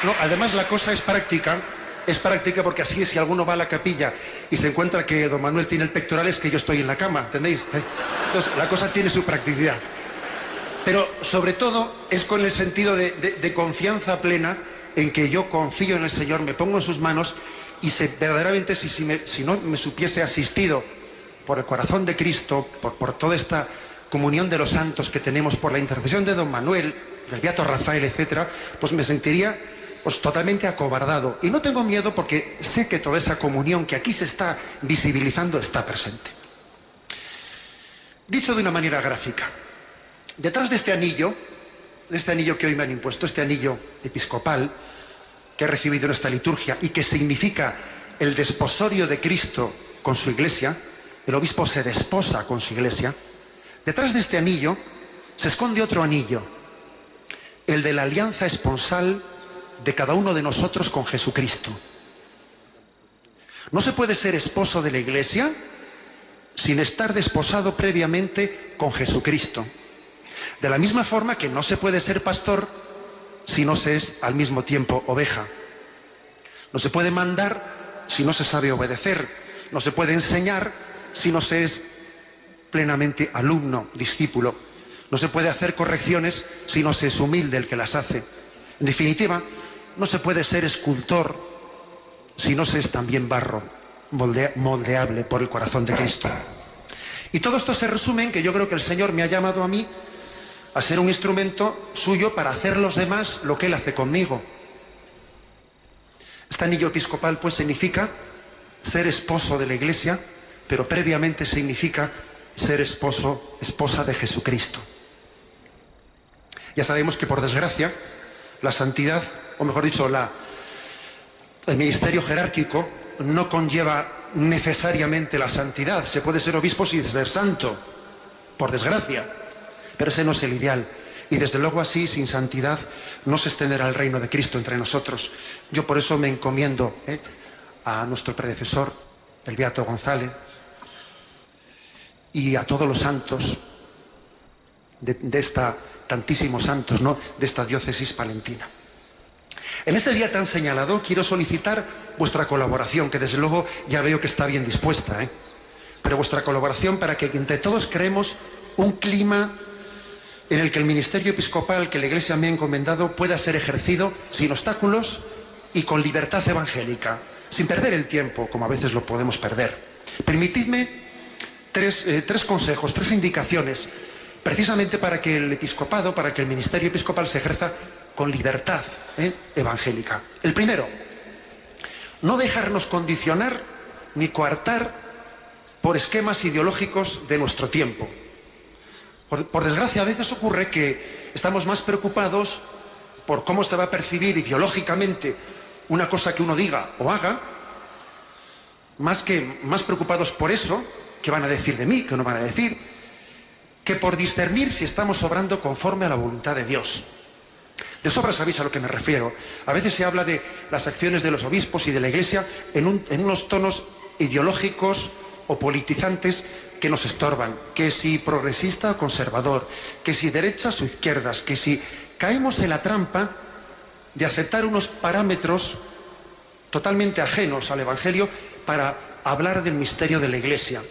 No, además la cosa es práctica, es práctica porque así si alguno va a la capilla y se encuentra que don Manuel tiene el pectoral, es que yo estoy en la cama, ¿entendéis? ¿Eh? Entonces la cosa tiene su practicidad. Pero sobre todo es con el sentido de, de, de confianza plena en que yo confío en el Señor, me pongo en sus manos y se, verdaderamente si, si, me, si no me supiese asistido por el corazón de Cristo, por, por toda esta comunión de los santos que tenemos, por la intercesión de don Manuel, del beato Rafael, etcétera, pues me sentiría pues totalmente acobardado. Y no tengo miedo porque sé que toda esa comunión que aquí se está visibilizando está presente. Dicho de una manera gráfica, detrás de este anillo, de este anillo que hoy me han impuesto, este anillo episcopal que he recibido en esta liturgia y que significa el desposorio de Cristo con su iglesia, el obispo se desposa con su iglesia, detrás de este anillo se esconde otro anillo, el de la alianza esponsal de cada uno de nosotros con Jesucristo. No se puede ser esposo de la iglesia sin estar desposado previamente con Jesucristo. De la misma forma que no se puede ser pastor si no se es al mismo tiempo oveja. No se puede mandar si no se sabe obedecer. No se puede enseñar si no se es plenamente alumno, discípulo. No se puede hacer correcciones si no se es humilde el que las hace. En definitiva, no se puede ser escultor si no se es también barro, moldea, moldeable por el corazón de Cristo. Y todo esto se resume en que yo creo que el Señor me ha llamado a mí a ser un instrumento suyo para hacer los demás lo que Él hace conmigo. Este anillo episcopal pues significa ser esposo de la Iglesia, pero previamente significa ser esposo, esposa de Jesucristo. Ya sabemos que por desgracia la santidad, o mejor dicho, la, el ministerio jerárquico no conlleva necesariamente la santidad. Se puede ser obispo sin ser santo, por desgracia, pero ese no es el ideal. Y desde luego así, sin santidad, no se extenderá el reino de Cristo entre nosotros. Yo por eso me encomiendo ¿eh? a nuestro predecesor, el beato González, y a todos los santos de, de esta, tantísimos santos, ¿no?, de esta diócesis palentina. En este día tan señalado quiero solicitar vuestra colaboración, que desde luego ya veo que está bien dispuesta, ¿eh? pero vuestra colaboración para que entre todos creemos un clima en el que el ministerio episcopal que la Iglesia me ha encomendado pueda ser ejercido sin obstáculos y con libertad evangélica, sin perder el tiempo, como a veces lo podemos perder. Permitidme tres, eh, tres consejos, tres indicaciones, precisamente para que el episcopado, para que el ministerio episcopal se ejerza con libertad ¿eh? evangélica. El primero, no dejarnos condicionar ni coartar por esquemas ideológicos de nuestro tiempo. Por, por desgracia, a veces ocurre que estamos más preocupados por cómo se va a percibir ideológicamente una cosa que uno diga o haga, más que más preocupados por eso, que van a decir de mí, que no van a decir, que por discernir si estamos obrando conforme a la voluntad de Dios. De sobra sabéis a lo que me refiero. A veces se habla de las acciones de los obispos y de la Iglesia en, un, en unos tonos ideológicos o politizantes que nos estorban, que si progresista o conservador, que si derechas o izquierdas, que si caemos en la trampa de aceptar unos parámetros totalmente ajenos al Evangelio para hablar del misterio de la Iglesia.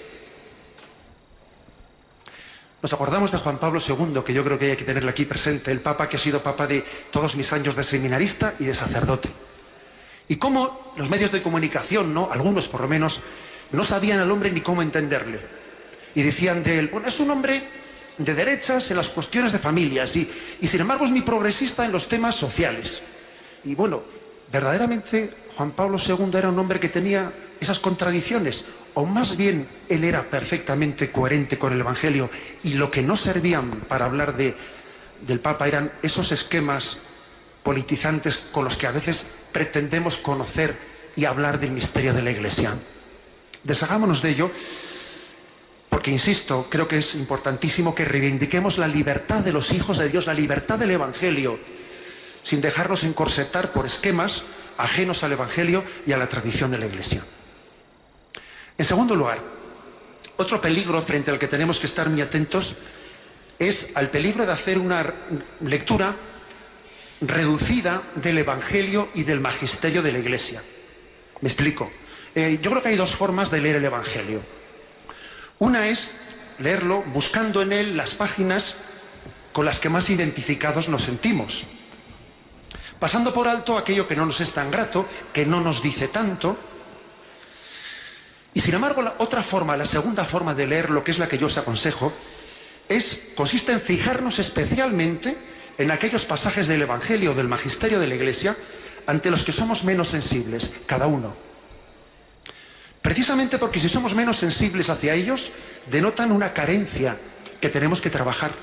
Nos acordamos de Juan Pablo segundo, que yo creo que hay que tenerlo aquí presente, el Papa que ha sido Papa de todos mis años de seminarista y de sacerdote. Y cómo los medios de comunicación, ¿no?, algunos por lo menos, no sabían al hombre ni cómo entenderle. Y decían de él, bueno, es un hombre de derechas en las cuestiones de familias y, y sin embargo es muy progresista en los temas sociales. Y bueno, verdaderamente Juan Pablo segundo era un hombre que tenía esas contradicciones, o más bien él era perfectamente coherente con el Evangelio, y lo que no servían para hablar de, del Papa eran esos esquemas politizantes con los que a veces pretendemos conocer y hablar del misterio de la Iglesia. Deshagámonos de ello, porque insisto, creo que es importantísimo que reivindiquemos la libertad de los hijos de Dios, la libertad del Evangelio, sin dejarnos encorsetar por esquemas ajenos al Evangelio y a la tradición de la Iglesia. En segundo lugar, otro peligro frente al que tenemos que estar muy atentos es al peligro de hacer una lectura reducida del Evangelio y del magisterio de la Iglesia. Me explico. Eh, yo creo que hay dos formas de leer el Evangelio. Una es leerlo buscando en él las páginas con las que más identificados nos sentimos, pasando por alto aquello que no nos es tan grato, que no nos dice tanto. Y sin embargo, la otra forma, la segunda forma de leerlo, que es la que yo os aconsejo, es, consiste en fijarnos especialmente en aquellos pasajes del Evangelio o del magisterio de la Iglesia ante los que somos menos sensibles, cada uno. Precisamente porque si somos menos sensibles hacia ellos, denotan una carencia que tenemos que trabajar.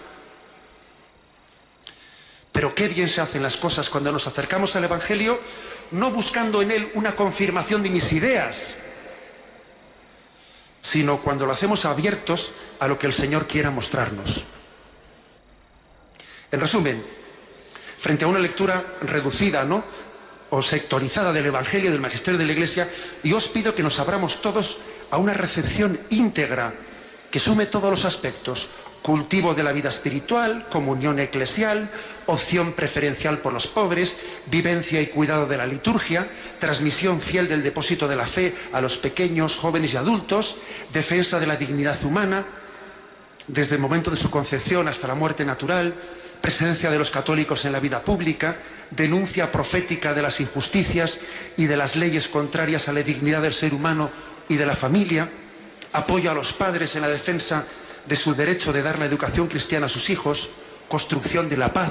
Pero qué bien se hacen las cosas cuando nos acercamos al Evangelio, no buscando en él una confirmación de mis ideas, sino cuando lo hacemos abiertos a lo que el Señor quiera mostrarnos. En resumen, frente a una lectura reducida, ¿no?, o sectorizada del Evangelio, del magisterio de la Iglesia, yo os pido que nos abramos todos a una recepción íntegra que sume todos los aspectos: cultivo de la vida espiritual, comunión eclesial, opción preferencial por los pobres, vivencia y cuidado de la liturgia, transmisión fiel del depósito de la fe a los pequeños, jóvenes y adultos, defensa de la dignidad humana desde el momento de su concepción hasta la muerte natural, presencia de los católicos en la vida pública, denuncia profética de las injusticias y de las leyes contrarias a la dignidad del ser humano y de la familia, apoyo a los padres en la defensa de su derecho de dar la educación cristiana a sus hijos, construcción de la paz.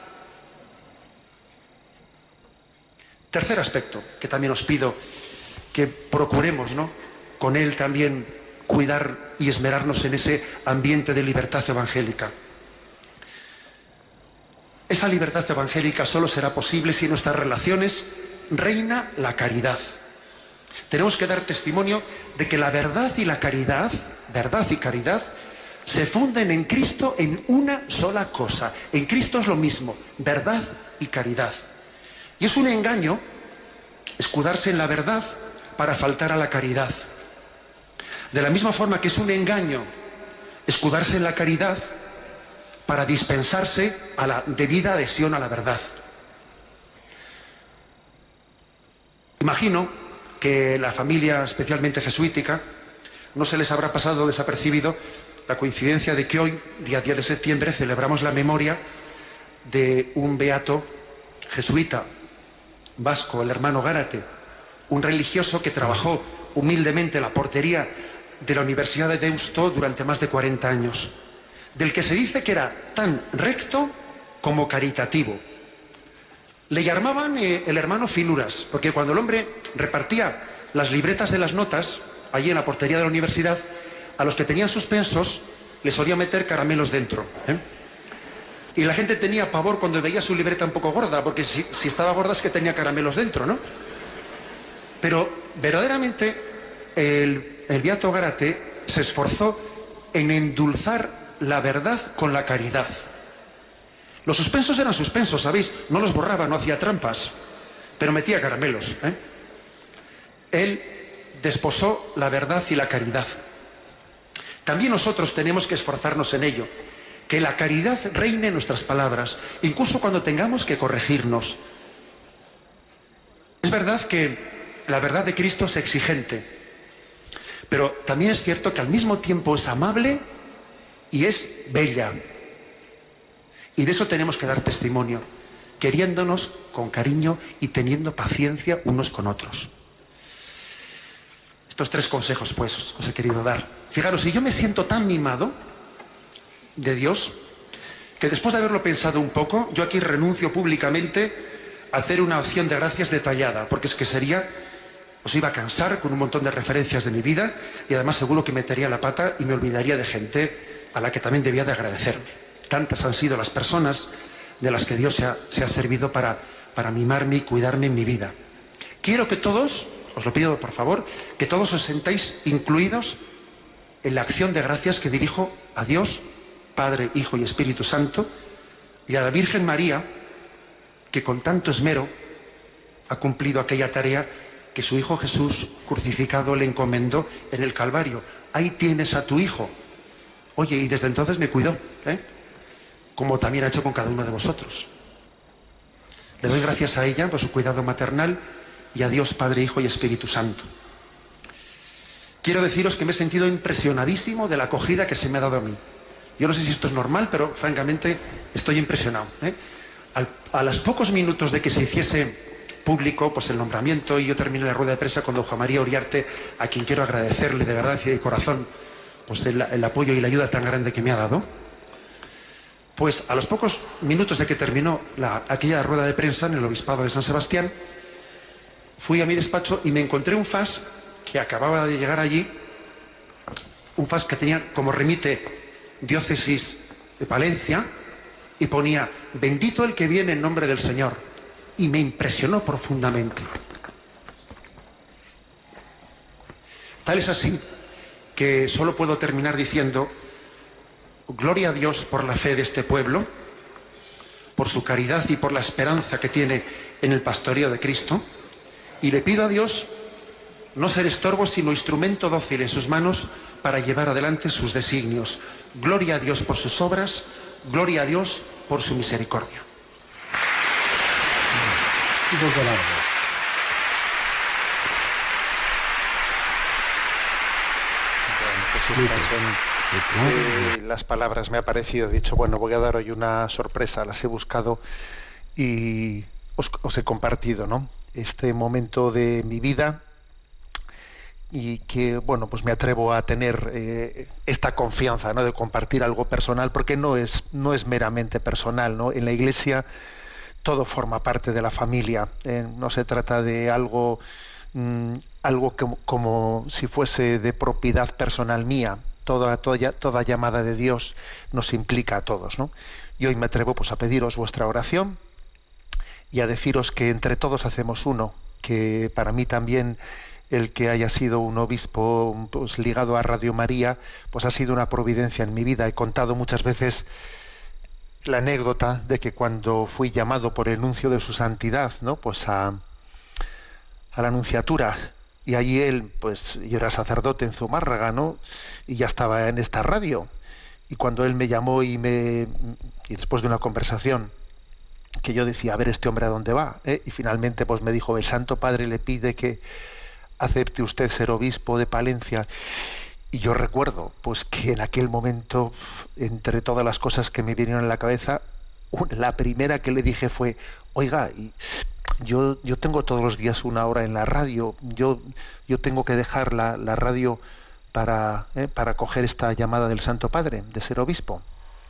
Tercer aspecto, que también os pido que procuremos, ¿no?, con él también cuidar y esmerarnos en ese ambiente de libertad evangélica. Esa libertad evangélica solo será posible si en nuestras relaciones reina la caridad. Tenemos que dar testimonio de que la verdad y la caridad, verdad y caridad, se funden en Cristo en una sola cosa. En Cristo es lo mismo, verdad y caridad. Y es un engaño escudarse en la verdad para faltar a la caridad. De la misma forma que es un engaño escudarse en la caridad para dispensarse a la debida adhesión a la verdad. Imagino que la familia especialmente jesuítica no se les habrá pasado desapercibido la coincidencia de que hoy, día diez de septiembre, celebramos la memoria de un beato jesuita vasco, el hermano Gárate, un religioso que trabajó humildemente en la portería de la Universidad de Deusto durante más de cuarenta años, del que se dice que era tan recto como caritativo. Le llamaban eh, el hermano Finuras, porque cuando el hombre repartía las libretas de las notas allí en la portería de la universidad, a los que tenían suspensos les solía meter caramelos dentro, ¿eh? Y la gente tenía pavor cuando veía su libreta un poco gorda, porque si, si estaba gorda es que tenía caramelos dentro, ¿no? Pero verdaderamente el, el beato Gárate se esforzó en endulzar la verdad con la caridad. Los suspensos eran suspensos, ¿sabéis? No los borraba, no hacía trampas, pero metía caramelos, ¿eh? Él desposó la verdad y la caridad. También nosotros tenemos que esforzarnos en ello, que la caridad reine en nuestras palabras, incluso cuando tengamos que corregirnos. Es verdad que la verdad de Cristo es exigente, pero también es cierto que al mismo tiempo es amable y es bella. Y de eso tenemos que dar testimonio, queriéndonos con cariño y teniendo paciencia unos con otros. Estos tres consejos, pues, os he querido dar. Fijaros, si yo me siento tan mimado de Dios, que después de haberlo pensado un poco, yo aquí renuncio públicamente a hacer una acción de gracias detallada, porque es que sería, os iba a cansar con un montón de referencias de mi vida, y además seguro que metería la pata y me olvidaría de gente a la que también debía de agradecerme. Tantas han sido las personas de las que Dios se ha, se ha servido para, para mimarme y cuidarme en mi vida. Quiero que todos, os lo pido por favor, que todos os sentáis incluidos en la acción de gracias que dirijo a Dios, Padre, Hijo y Espíritu Santo, y a la Virgen María, que con tanto esmero ha cumplido aquella tarea que su Hijo Jesús crucificado le encomendó en el Calvario. Ahí tienes a tu Hijo. Oye, y desde entonces me cuidó, ¿eh? Como también ha hecho con cada uno de vosotros. Le doy gracias a ella por su cuidado maternal y a Dios Padre, Hijo y Espíritu Santo. Quiero deciros que me he sentido impresionadísimo de la acogida que se me ha dado a mí. Yo no sé si esto es normal, pero francamente estoy impresionado, ¿eh? Al, a los pocos minutos de que se hiciese público pues el nombramiento, y yo terminé la rueda de prensa con don Juan María Uriarte, a quien quiero agradecerle de verdad y de corazón pues el, el apoyo y la ayuda tan grande que me ha dado, pues a los pocos minutos de que terminó la, aquella rueda de prensa en el Obispado de San Sebastián, fui a mi despacho y me encontré un fax que acababa de llegar allí, un fax que tenía como remite Diócesis de Palencia, y ponía: bendito el que viene en nombre del Señor. Y me impresionó profundamente. Tal es así que solo puedo terminar diciendo: gloria a Dios por la fe de este pueblo, por su caridad y por la esperanza que tiene en el pastoreo de Cristo, y le pido a Dios no ser estorbo, sino instrumento dócil en sus manos para llevar adelante sus designios. Gloria a Dios por sus obras, gloria a Dios por su misericordia. Bueno, pues estas son eh, las palabras. Me ha parecido, he dicho, bueno, voy a dar hoy una sorpresa, las he buscado y os, os he compartido, ¿no?, este momento de mi vida, y que, bueno, pues me atrevo a tener eh, esta confianza, ¿no?, de compartir algo personal, porque no es, no es meramente personal, ¿no? En la Iglesia todo forma parte de la familia, eh, no se trata de algo, mmm, algo que, como si fuese de propiedad personal mía. Toda, toda, toda llamada de Dios nos implica a todos, ¿no? Y hoy me atrevo pues a pediros vuestra oración y a deciros que entre todos hacemos uno, que para mí también el que haya sido un obispo pues, ligado a Radio María, pues ha sido una providencia en mi vida. He contado muchas veces la anécdota de que cuando fui llamado por el nuncio de su santidad, ¿no?, pues a, a la nunciatura, y allí él, pues yo era sacerdote en Zumárraga, ¿no?, y ya estaba en esta radio, y cuando él me llamó y me y después de una conversación que yo decía, a ver este hombre a dónde va, ¿eh? Y finalmente pues me dijo: el Santo Padre le pide que acepte usted ser obispo de Palencia. Y yo recuerdo pues que en aquel momento, entre todas las cosas que me vinieron en la cabeza, la primera que le dije fue: oiga, y yo, yo tengo todos los días una hora en la radio, yo, yo tengo que dejar la, la radio para, eh, para coger esta llamada del Santo Padre, de ser obispo.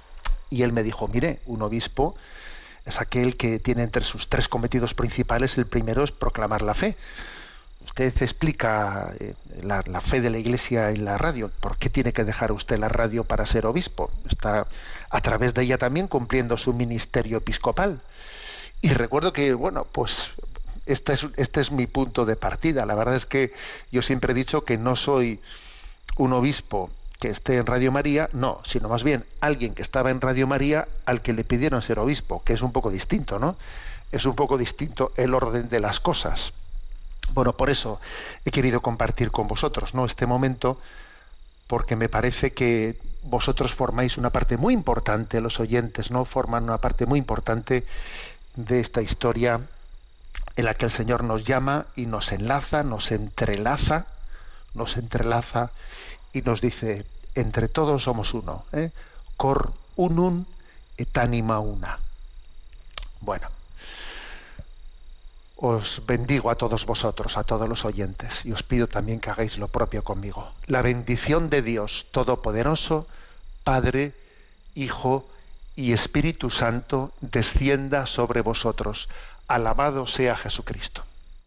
Y él me dijo: mire, un obispo es aquel que tiene entre sus tres cometidos principales, el primero es proclamar la fe. Usted explica eh, la, la fe de la Iglesia en la radio. ¿Por qué tiene que dejar usted la radio para ser obispo? Está a través de ella también cumpliendo su ministerio episcopal. Y recuerdo que, bueno, pues este es, este es mi punto de partida. La verdad es que yo siempre he dicho que no soy un obispo que esté en Radio María, no, sino más bien alguien que estaba en Radio María al que le pidieron ser obispo, que es un poco distinto, ¿no? Es un poco distinto el orden de las cosas. Bueno, por eso he querido compartir con vosotros, ¿no?, este momento, porque me parece que vosotros formáis una parte muy importante, los oyentes, ¿no?, forman una parte muy importante de esta historia en la que el Señor nos llama y nos enlaza, nos entrelaza, nos entrelaza y nos dice: entre todos somos uno, ¿eh? Cor unum et anima una. Bueno, os bendigo a todos vosotros, a todos los oyentes, y os pido también que hagáis lo propio conmigo. La bendición de Dios Todopoderoso, Padre, Hijo y Espíritu Santo, descienda sobre vosotros. Alabado sea Jesucristo.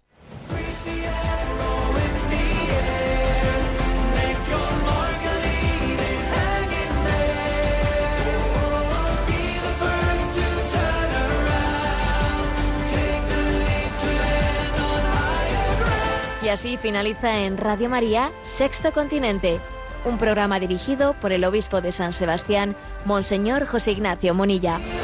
Y así finaliza en Radio María, Sexto Continente, un programa dirigido por el obispo de San Sebastián, Monseñor José Ignacio Munilla.